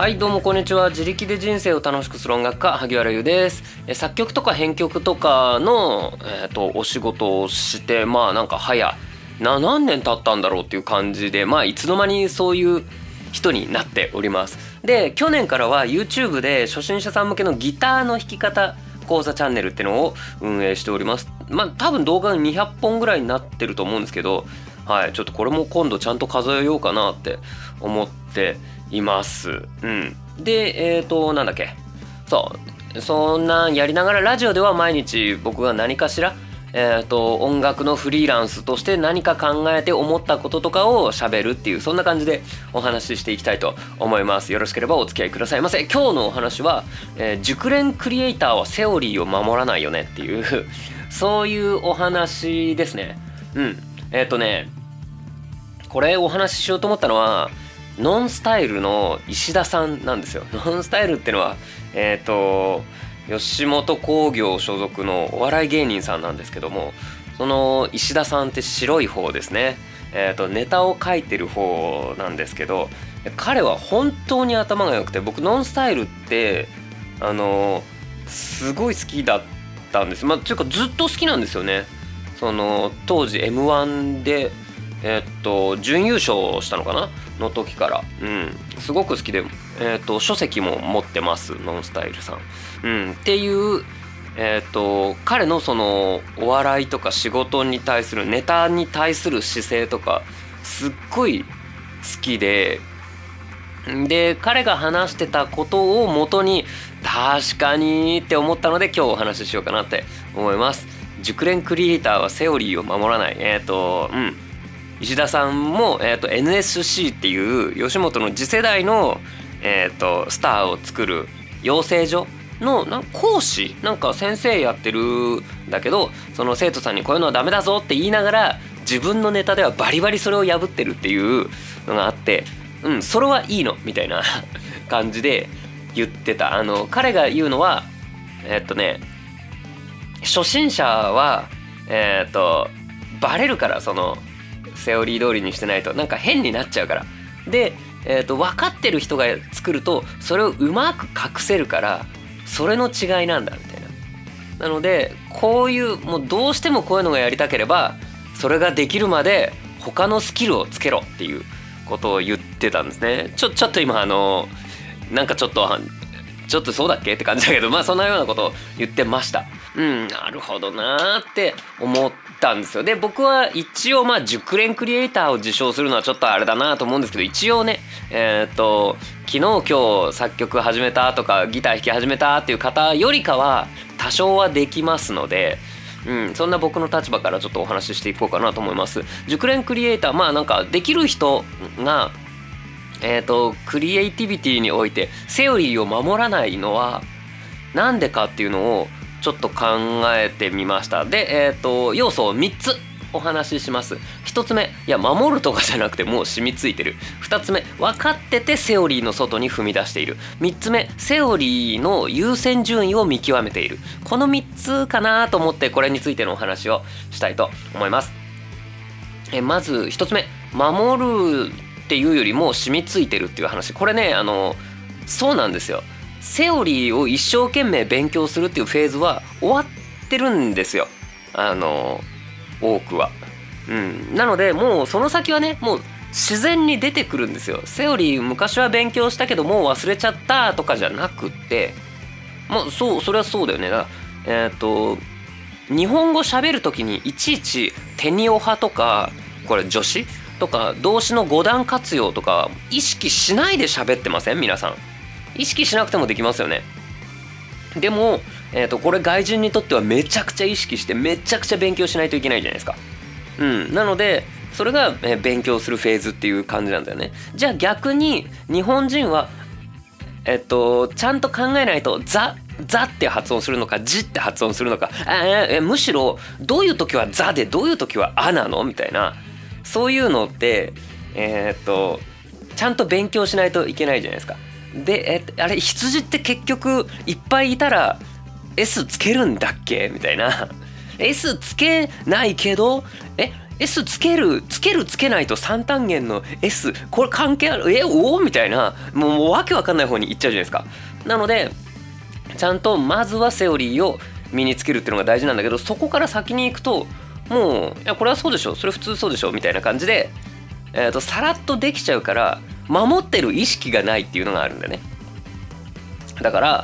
はいどうもこんにちは。自力で人生を楽しくする音楽家萩原優です。作曲とか編曲とかの、お仕事をしてなんか何年経ったんだろうっていう感じでいつの間にそういう人になっております。で去年からは YouTube で初心者さん向けのギターの弾き方講座チャンネルっていうのを運営しております。多分動画が200本ぐらいになってると思うんですけど、ちょっとこれも今度ちゃんと数えようかなって思っています。でなんだっけ、そんなんやりながらラジオでは毎日僕が何かしら音楽のフリーランスとして何か考えて思ったこととかを喋るっていう、そんな感じでお話ししていきたいと思います。よろしければお付き合いくださいませ。今日のお話は、熟練クリエイターはセオリーを守らないよねっていうそういうお話ですね。これお話ししようと思ったのはノンスタイルの石田さんなんですよ。ノンスタイルってのは吉本興業所属のお笑い芸人さんなんですけども、その石田さんって白い方ですね。ネタを書いてる方なんですけど、彼は本当に頭が良くて、僕ノンスタイルってすごい好きだったんです。というかずっと好きなんですよね。その当時 M1 で準優勝したのかなの時から、すごく好きで、書籍も持ってますノンスタイルさん、っていう彼のそのお笑いとか仕事に対するネタに対する姿勢とかすっごい好きで、彼が話してたことを元に確かにって思ったので今日お話ししようかなって思います。熟練クリエイターはセオリーを守らない。石田さんも、NSC っていう吉本の次世代の、スターを作る養成所の講師なんか先生やってるんだけど、その生徒さんにこういうのはダメだぞって言いながら自分のネタではバリバリそれを破ってるっていうのがあって、それはいいのみたいな感じで言ってた。彼が言うのは初心者はバレるから、そのセオリー通りにしてないとなんか変になっちゃうからで、分かってる人が作るとそれをうまく隠せるから、それの違いなんだみたいな。なのでこういうもうどうしてもこういうのがやりたければそれができるまで他のスキルをつけろっていうことを言ってたんですね。ちょっと今なんかちょっとそうだっけって感じだけど、そんなようなことを言ってました。なるほどなーって思ったんですよ。で僕は一応熟練クリエイターを自称するのはちょっとあれだなと思うんですけど、一応ね昨日今日作曲始めたとかギター弾き始めたっていう方よりかは多少はできますので、そんな僕の立場からちょっとお話ししていこうかなと思います。熟練クリエイターなんかできる人がクリエイティビティにおいてセオリーを守らないのはなんでかっていうのをちょっと考えてみました。で、要素を3つお話しします。1つ目、守るとかじゃなくてもう染みついてる。2つ目、分かっててセオリーの外に踏み出している。3つ目、セオリーの優先順位を見極めている。この3つかなと思ってこれについてのお話をしたいと思います。まず1つ目、守るっていうよりも染みついてるっていう話。これねそうなんですよ。セオリーを一生懸命勉強するっていうフェーズは終わってるんですよ、多くは。なのでもうその先はねもう自然に出てくるんですよ。セオリー昔は勉強したけどもう忘れちゃったとかじゃなくって、それはそうだよね。日本語喋る時にいちいちテニオ派とかこれ助詞とか動詞の語段活用とか意識しないで喋ってません？皆さん意識しなくてもできますよね。でも、これ外人にとってはめちゃくちゃ意識してめちゃくちゃ勉強しないといけないじゃないですか。なのでそれが、勉強するフェーズっていう感じなんだよね。じゃあ逆に日本人はちゃんと考えないとザって発音するのかジって発音するのか、むしろどういう時はザでどういう時はアなのみたいな、そういうのってちゃんと勉強しないといけないじゃないですか。であれ羊って結局いっぱいいたら S つけるんだっけみたいなS つけないけど S つけるつけないと3単元の S これ関係あるおおみたいなもうわけわかんない方に行っちゃうじゃないですか。なのでちゃんとまずはセオリーを身につけるっていうのが大事なんだけど、そこから先に行くともういやこれはそうでしょそれ普通そうでしょみたいな感じで、さらっとできちゃうから守ってる意識がないっていうのがあるんだよね。だから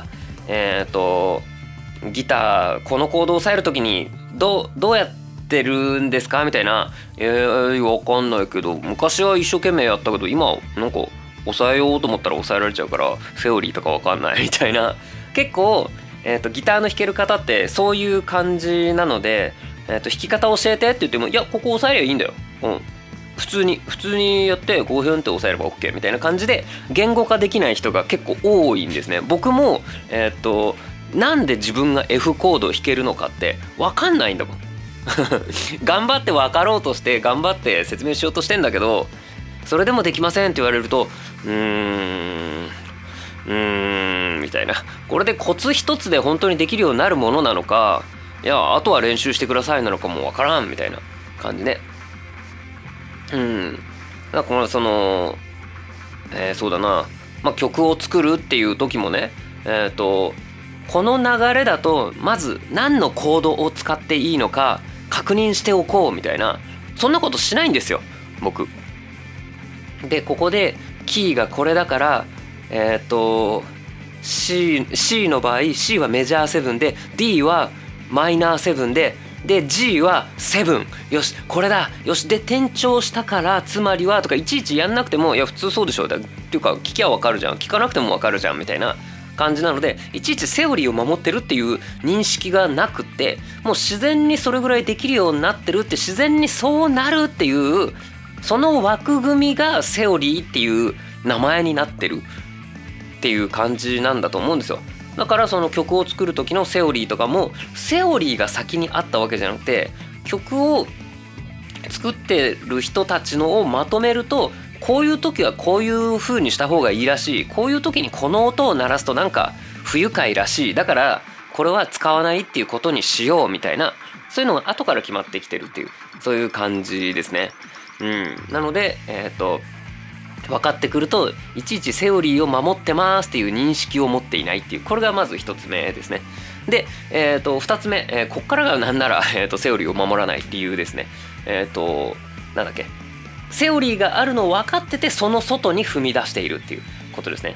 ギターこのコードを押さえるときにどうやってるんですかみたいな、わかんないけど昔は一生懸命やったけど今なんか押さえようと思ったら押さえられちゃうからセオリーとかわかんないみたいな、結構、ギターの弾ける方ってそういう感じなので、弾き方教えてって言ってもいやここ押さえりゃいいんだよ、普通にやって5分って押さえれば OK みたいな感じで言語化できない人が結構多いんですね。僕もなんで自分が F コードを弾けるのかって分かんないんだもん頑張って分かろうとして頑張って説明しようとしてんだけど、それでもできませんって言われるとみたいな、これでコツ一つで本当にできるようになるものなのか、いやあとは練習してくださいなのかも分からんみたいな感じね。だからそうだな、曲を作るっていう時もね、この流れだとまず何のコードを使っていいのか確認しておこうみたいな、そんなことしないんですよ僕。でここでキーがこれだからC の場合 C はメジャー7で D はマイナー7でG は7、よしこれだよしで転調したからつまりはとかいちいちやんなくてもいや普通そうでしょっていうか聞きゃ分かるじゃん、聞かなくても分かるじゃんみたいな感じなので、いちいちセオリーを守ってるっていう認識がなくって、もう自然にそれぐらいできるようになってるって自然にそうなるっていうその枠組みがセオリーっていう名前になってるっていう感じなんだと思うんですよ。だからその曲を作る時のセオリーとかもセオリーが先にあったわけじゃなくて、曲を作ってる人たちのをまとめるとこういう時はこういう風にした方がいいらしい、こういう時にこの音を鳴らすとなんか不愉快らしい、だからこれは使わないっていうことにしようみたいな、そういうのが後から決まってきてるっていうそういう感じですね。なので分かってくるといちいちセオリーを守ってますっていう認識を持っていないっていう、これがまず一つ目ですね。で、2つ目、こっからがなんなら、セオリーを守らないっていうですね、なんだっけ、セオリーがあるのを分かっててその外に踏み出しているっていうことですね。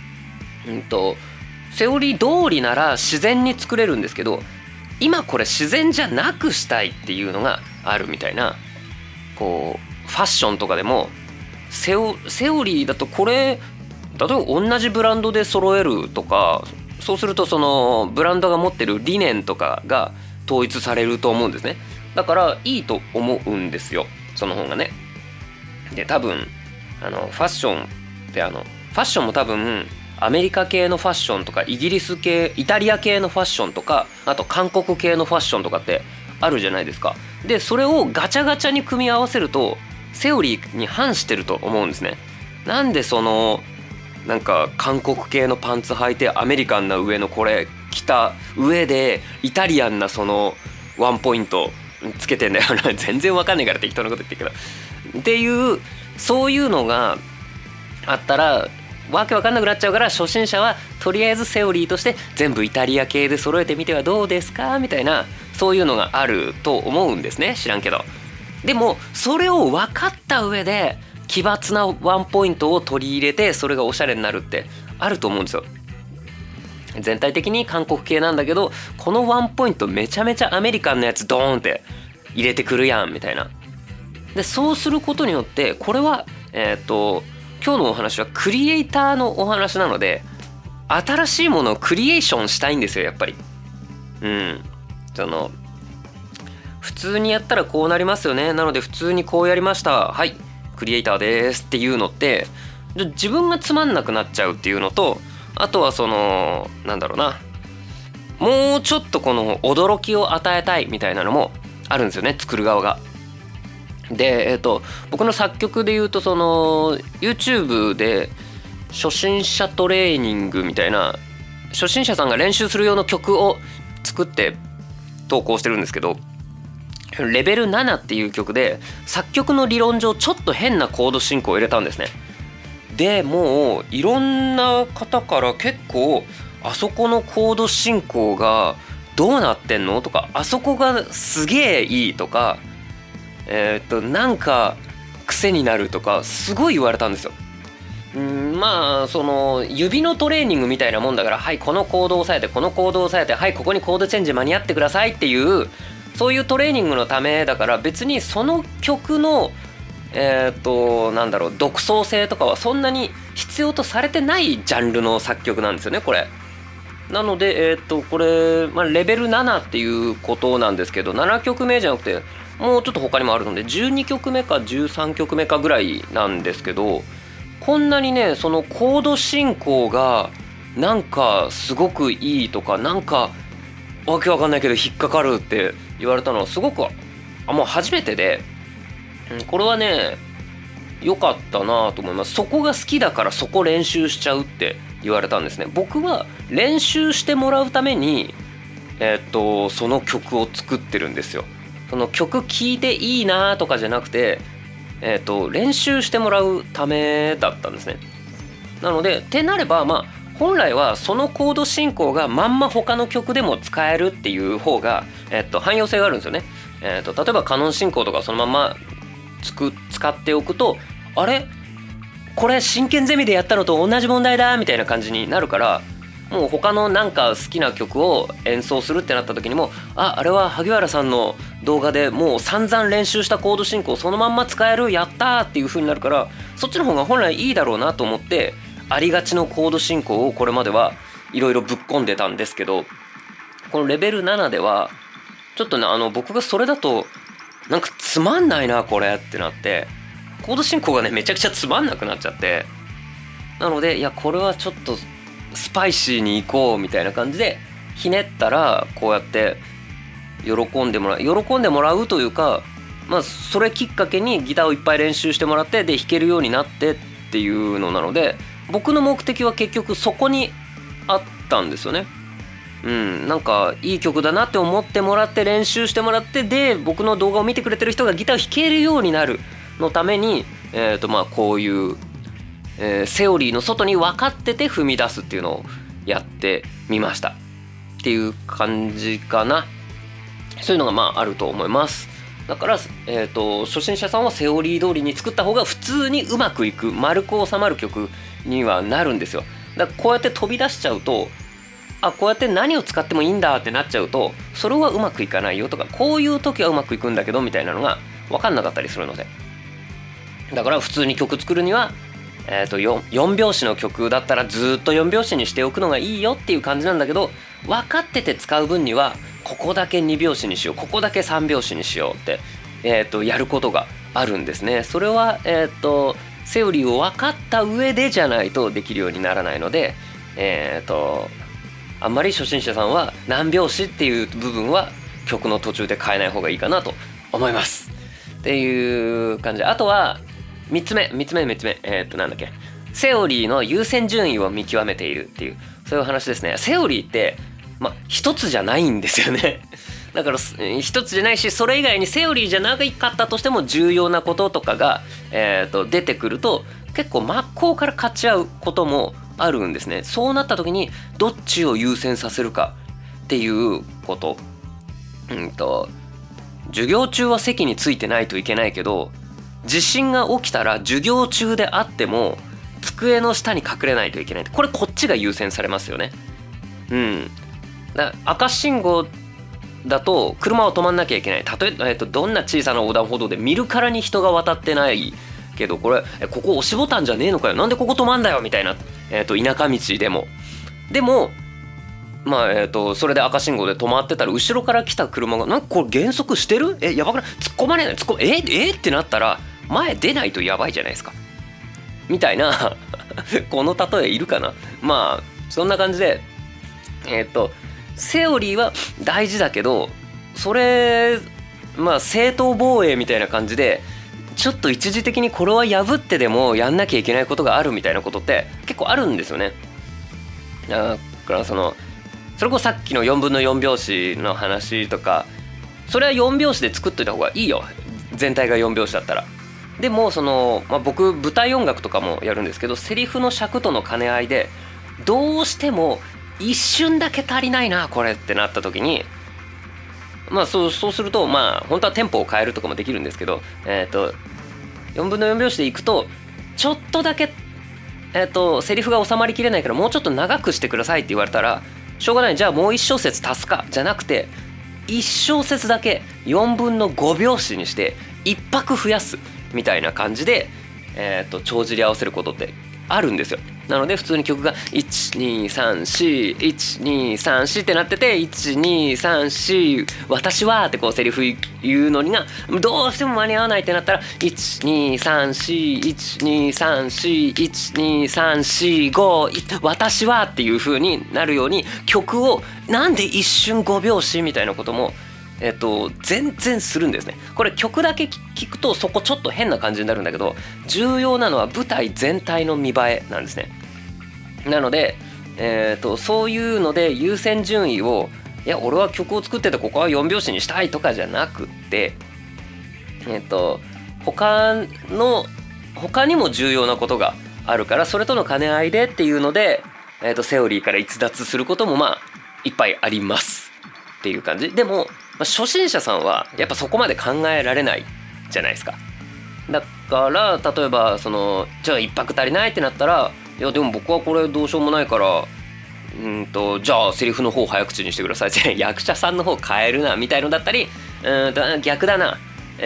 セオリー通りなら自然に作れるんですけど、今これ自然じゃなくしたいっていうのがあるみたいな、こうファッションとかでもセオリーだとこれ例えば同じブランドで揃えるとか、そうするとそのブランドが持ってる理念とかが統一されると思うんですね。だからいいと思うんですよその方がね。で多分ファッションってファッションも多分アメリカ系のファッションとかイギリス系イタリア系のファッションとかあと韓国系のファッションとかってあるじゃないですか。でそれをガチャガチャに組み合わせるとセオリーに反してると思うんですね。なんでなんか韓国系のパンツ履いてアメリカンな上のこれ着た上でイタリアンなそのワンポイントつけてんだよな全然わかんないから適当なこと言ってるけどっていうそういうのがあったらわけわかんなくなっちゃうから、初心者はとりあえずセオリーとして全部イタリア系で揃えてみてはどうですかみたいな、そういうのがあると思うんですね。知らんけど。でもそれを分かった上で奇抜なワンポイントを取り入れてそれがおしゃれになるってあると思うんですよ。全体的に韓国系なんだけどこのワンポイントめちゃめちゃアメリカンなやつドーンって入れてくるやんみたいな。でそうすることによってこれは今日のお話はクリエイターのお話なので新しいものをクリエーションしたいんですよやっぱり。普通にやったらこうなりますよね。なので普通にこうやりました。はいクリエイターですっていうのって自分がつまんなくなっちゃうっていうのと、あとはなんだろうな、もうちょっとこの驚きを与えたいみたいなのもあるんですよね作る側が。で僕の作曲で言うとYouTube で初心者トレーニングみたいな初心者さんが練習する用の曲を作って投稿してるんですけど、 レベル7っていう曲で作曲の理論上ちょっと変なコード進行を入れたんですね。でもういろんな方から結構あそこのコード進行がどうなってんのとか、あそこがすげえいいとか、なんか癖になるとかすごい言われたんですよ。まあその指のトレーニングみたいなもんだから、はいこのコードを押さえてこのコードを押さえて、はいここにコードチェンジ間に合ってくださいっていうそういうトレーニングのためだから、別にその曲のなんだろう、独創性とかはそんなに必要とされてないジャンルの作曲なんですよねこれ。なのでこれ、レベル7っていうことなんですけど、7曲目じゃなくてもうちょっと他にもあるので12曲目か13曲目かぐらいなんですけど、こんなにねそのコード進行がなんかすごくいいとか、なんかわけわかんないけど引っかかるって言われたのはすごくもう初めてで、これはね良かったなと思います。そこが好きだからそこ練習しちゃうって言われたんですね。僕は練習してもらうためにその曲を作ってるんですよ。その曲聴いていいなとかじゃなくて練習してもらうためだったんですね。なのでってなれば本来はそのコード進行がまんま他の曲でも使えるっていう方が汎用性があるんですよね。例えばカノン進行とかそのまま使っておくと、あれこれ真剣ゼミでやったのと同じ問題だみたいな感じになるから、もう他のなんか好きな曲を演奏するってなった時にも、あれは萩原さんの動画でもう散々練習したコード進行そのまんま使える、やったーっていう風になるから、そっちの方が本来いいだろうなと思ってありがちのコード進行をこれまではいろいろぶっ込んでたんですけど、このレベル7ではちょっとね僕がそれだとなんかつまんないなこれってなって、コード進行がねめちゃくちゃつまんなくなっちゃって、なのでいやこれはちょっとスパイシーに行こうみたいな感じでひねったら、こうやって喜んでもらうというか、それきっかけにギターをいっぱい練習してもらって、で弾けるようになってっていうのなので、僕の目的は結局そこにあったんですよね。なんかいい曲だなって思ってもらって練習してもらって、で僕の動画を見てくれてる人がギターを弾けるようになるのためにこういうセオリーの外に分かってて踏み出すっていうのをやってみましたっていう感じかな。そういうのがあると思います。だから、初心者さんはセオリー通りに作った方が普通にうまくいく、丸く収まる曲にはなるんですよ。だからこうやって飛び出しちゃうと、こうやって何を使ってもいいんだってなっちゃうと、それはうまくいかないよとか、こういう時はうまくいくんだけどみたいなのが分かんなかったりするので、だから普通に曲作るには4拍子の曲だったらずっと4拍子にしておくのがいいよっていう感じなんだけど、分かってて使う分にはここだけ2拍子にしよう、ここだけ3拍子にしようって、やることがあるんですね。それはセオリーを分かった上でじゃないとできるようにならないので、あんまり初心者さんは何拍子っていう部分は曲の途中で変えない方がいいかなと思いますっていう感じ。あとは3つ目なんだっけ、セオリーの優先順位を見極めているっていう、そういう話ですね。セオリーって一つじゃないんですよね。だから一つじゃないし、それ以外にセオリーじゃなかったとしても重要なこととかが、出てくると結構真っ向から勝ち合うこともあるんですね。そうなった時にどっちを優先させるかっていうこと、授業中は席についてないといけないけど、地震が起きたら授業中であっても机の下に隠れないといけない。これこっちが優先されますよね。赤信号だと車は止まんなきゃいけない。例えば、どんな小さな横断歩道で見るからに人が渡ってないけど、これここ押しボタンじゃねえのかよ、なんでここ止まんだよみたいな、田舎道でもそれで赤信号で止まってたら、後ろから来た車がなんかこれ減速してる、やばくない、突っ込まれない、ってなったら前出ないとやばいじゃないですかみたいなこの例えいるかな。そんな感じでセオリーは大事だけど、それ正当防衛みたいな感じでちょっと一時的にこれは破ってでもやんなきゃいけないことがあるみたいなことって結構あるんですよね。だからそれこそさっきの4分の4拍子の話とか、 それは4拍子で作っといた方がいいよ、全体が4拍子だったら。でも僕舞台音楽とかもやるんですけど、セリフの尺との兼ね合いでどうしても一瞬だけ足りないなこれってなった時に、そうすると本当はテンポを変えるとかもできるんですけど、4分の4拍子でいくとちょっとだけセリフが収まりきれないからもうちょっと長くしてくださいって言われたら、しょうがない、じゃあもう1小節足すかじゃなくて、1小節だけ4分の5拍子にして1拍増やすみたいな感じで、帳尻合わせることってあるんですよ。なので普通に曲が12341234ってなってて、1234私はってこうセリフ言うのにがどうしても間に合わないってなったら、123412341234私はっていう風になるように、曲をなんで一瞬5拍子みたいなことも全然するんですね。これ曲だけ聞くとそこちょっと変な感じになるんだけど、重要なのは舞台全体の見栄えなんですね。なので、そういうので優先順位を、いや俺は曲を作っててここは4拍子にしたいとかじゃなくって、他にも重要なことがあるから、それとの兼ね合いでっていうので、セオリーから逸脱することもいっぱいありますっていう感じ。でも初心者さんはやっぱそこまで考えられないじゃないですか。だから例えばじゃあ1拍足りないってなったら、いやでも僕はこれどうしようもないからじゃあセリフの方早口にしてくださいって役者さんの方変えるなみたいのだったり、逆だな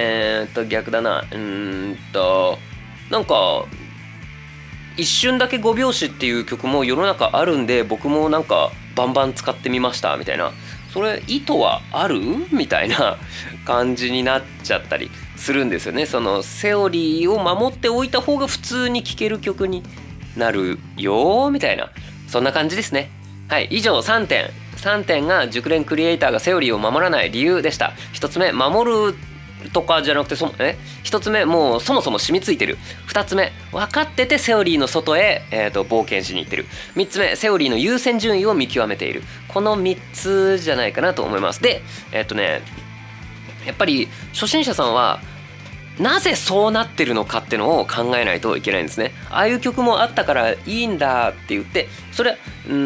なんか一瞬だけ5拍子っていう曲も世の中あるんで、僕もなんかバンバン使ってみましたみたいな、それ意図はあるみたいな感じになっちゃったりするんですよね。そのセオリーを守っておいた方が普通に聴ける曲になるよみたいな、そんな感じですね。はい、以上3点が熟練クリエイターがセオリーを守らない理由でした。1つ目、守るとかじゃなくて1つ目、もうそもそも染みついてる。2つ目、分かっててセオリーの外へ、冒険しに行ってる。3つ目、セオリーの優先順位を見極めている。この3つじゃないかなと思います。でやっぱり初心者さんはなぜそうなってるのかってのを考えないといけないんですね。ああいう曲もあったからいいんだって言って、それ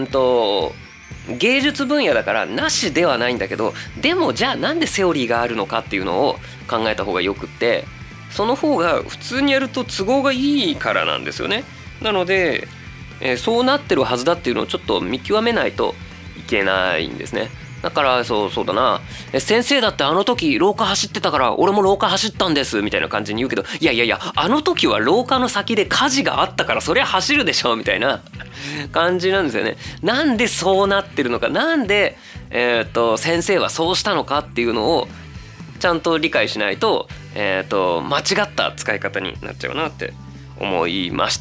芸術分野だからなしではないんだけど、でもじゃあなんでセオリーがあるのかっていうのを考えた方がよくって、その方が普通にやると都合がいいからなんですよね。なので、そうなってるはずだっていうのをちょっと見極めないといけないんですね。だからそうだな、先生だってあの時廊下走ってたから俺も廊下走ったんですみたいな感じに言うけど、いやあの時は廊下の先で火事があったからそりゃ走るでしょみたいな感じなんですよね。なんでそうなってるのか、なんで先生はそうしたのかっていうのをちゃんと理解しないと間違った使い方になっちゃうなって思いました。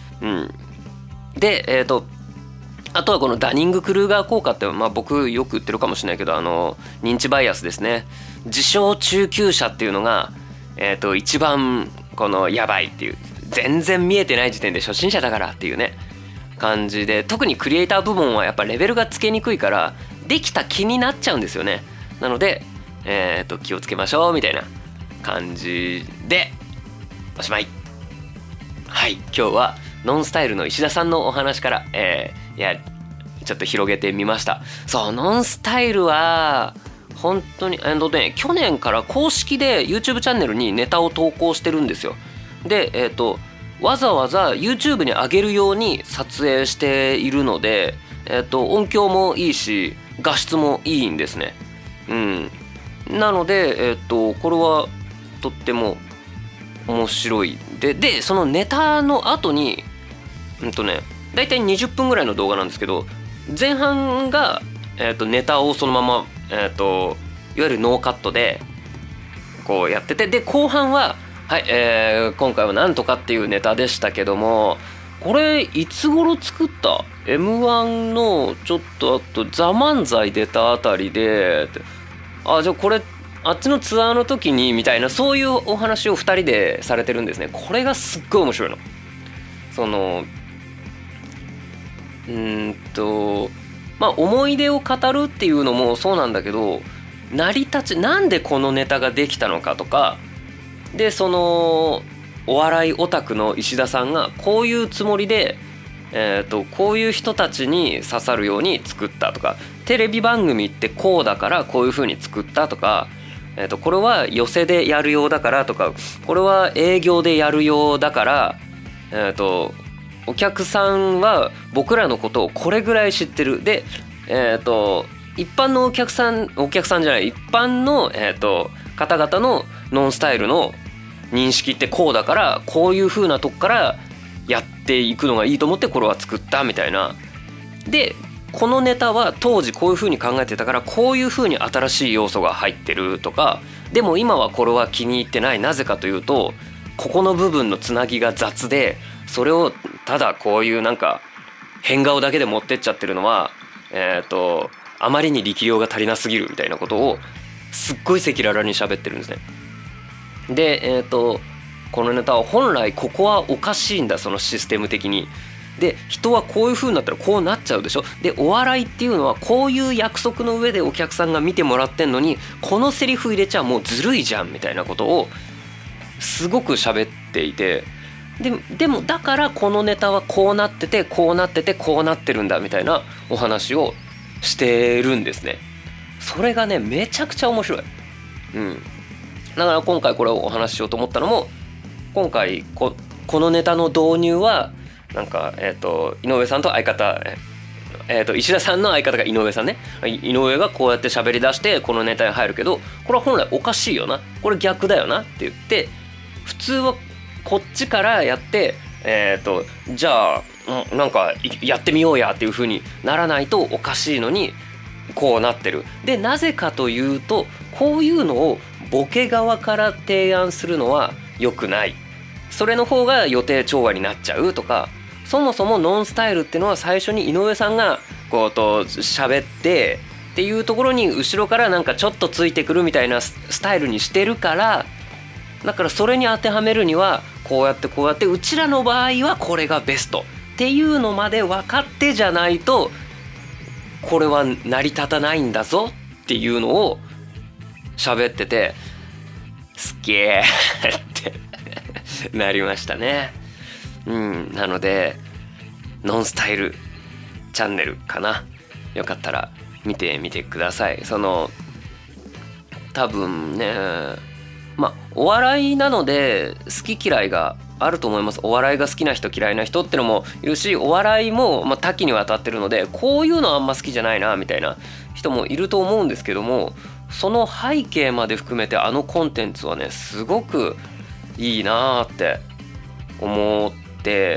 であとはこのダニング・クルーガー効果って、僕よく言ってるかもしれないけど、認知バイアスですね。自称中級者っていうのが、一番このやばいっていう、全然見えてない時点で初心者だからっていうね感じで、特にクリエイター部門はやっぱレベルがつけにくいからできた気になっちゃうんですよね。なので、気をつけましょうみたいな感じでおしまい。はい、今日はノンスタイルの石田さんのお話から、ちょっと広げてみました。そう、ノンスタイルは本当に去年から公式で YouTube チャンネルにネタを投稿してるんですよ。でわざわざ YouTube に上げるように撮影しているので、音響もいいし画質もいいんですね。なのでこれはとっても面白い。でそのネタの後にだいたい20分ぐらいの動画なんですけど、前半が、ネタをそのまま、いわゆるノーカットでこうやってて、で後半ははい、今回はなんとかっていうネタでしたけども、これいつ頃作った M1 のちょっとあとザ漫才出たあたりで、じゃあこれあっちのツアーの時にみたいな、そういうお話を2人でされてるんですね。これがすっごい面白いの。思い出を語るっていうのもそうなんだけど、 成り立ち、なんでこのネタができたのかとかで、そのお笑いオタクの石田さんがこういうつもりで、こういう人たちに刺さるように作ったとか、テレビ番組ってこうだからこういう風に作ったとか、これは寄席でやるようだからとか、これは営業でやるようだから、お客さんは僕らのことをこれぐらい知ってる。で、一般のお客さんじゃない、一般の、方々のノンスタイルの認識ってこうだから、こういう風なとこからやっていくのがいいと思ってこれは作ったみたいな。でこのネタは当時こういう風に考えてたからこういう風に新しい要素が入ってるとか、でも今はこれは気に入ってない。なぜかというとここの部分のつなぎが雑で、それをただこういうなんか変顔だけで持ってっちゃってるのはあまりに力量が足りなすぎるみたいなことをすっごい赤裸々に喋ってるんですね。でこのネタは本来ここはおかしいんだ、そのシステム的に。で人はこういう風になったらこうなっちゃうでしょ。でお笑いっていうのはこういう約束の上でお客さんが見てもらってんのに、このセリフ入れちゃもうずるいじゃんみたいなことをすごく喋っていて、でもだからこのネタはこうなっててこうなっててこうなってるんだみたいなお話をしてるんですね。それがねめちゃくちゃ面白い。だから今回これをお話ししようと思ったのも、今回このネタの導入はなんか井上さんと相方石田さんの相方が井上さんね。井上がこうやって喋り出してこのネタに入るけど、これは本来おかしいよな、これ逆だよなって言って、普通はこっちからやってじゃあなんかやってみようやっていう風にならないとおかしいのにこうなってる。でなぜかというと、こういうのをボケ側から提案するのは良くない。それの方が予定調和になっちゃうとか、そもそもノンスタイルっていうのは最初に井上さんがこうと喋ってっていうところに後ろからなんかちょっとついてくるみたいなスタイルにしてるから、だからそれに当てはめるにはこうやってうちらの場合はこれがベストっていうのまで分かってじゃないとこれは成り立たないんだぞっていうのを喋ってて、すっげえってなりましたね。なのでノンスタイルチャンネルかな、よかったら見てみてください。その多分ね、お笑いなので好き嫌いがあると思います。お笑いが好きな人嫌いな人ってのもいるし、お笑いも多岐にわたってるのでこういうのあんま好きじゃないなみたいな人もいると思うんですけども、その背景まで含めてあのコンテンツはねすごくいいなって思って、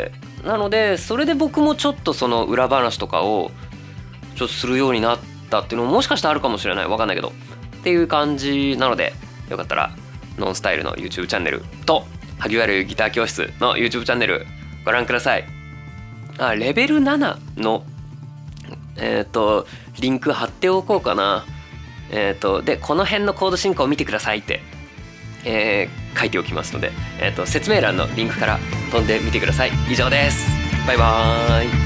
なのでそれで僕もちょっとその裏話とかをちょっとするようになったっていうのももしかしたらあるかもしれない、わかんないけどっていう感じなので、よかったらノンスタイルの YouTube チャンネルと萩原ギター教室の YouTube チャンネルご覧ください。レベル7のリンク貼っておこうかな。でこの辺のコード進行を見てくださいって、書いておきますので、説明欄のリンクから飛んでみてください。以上です。バイバーイ。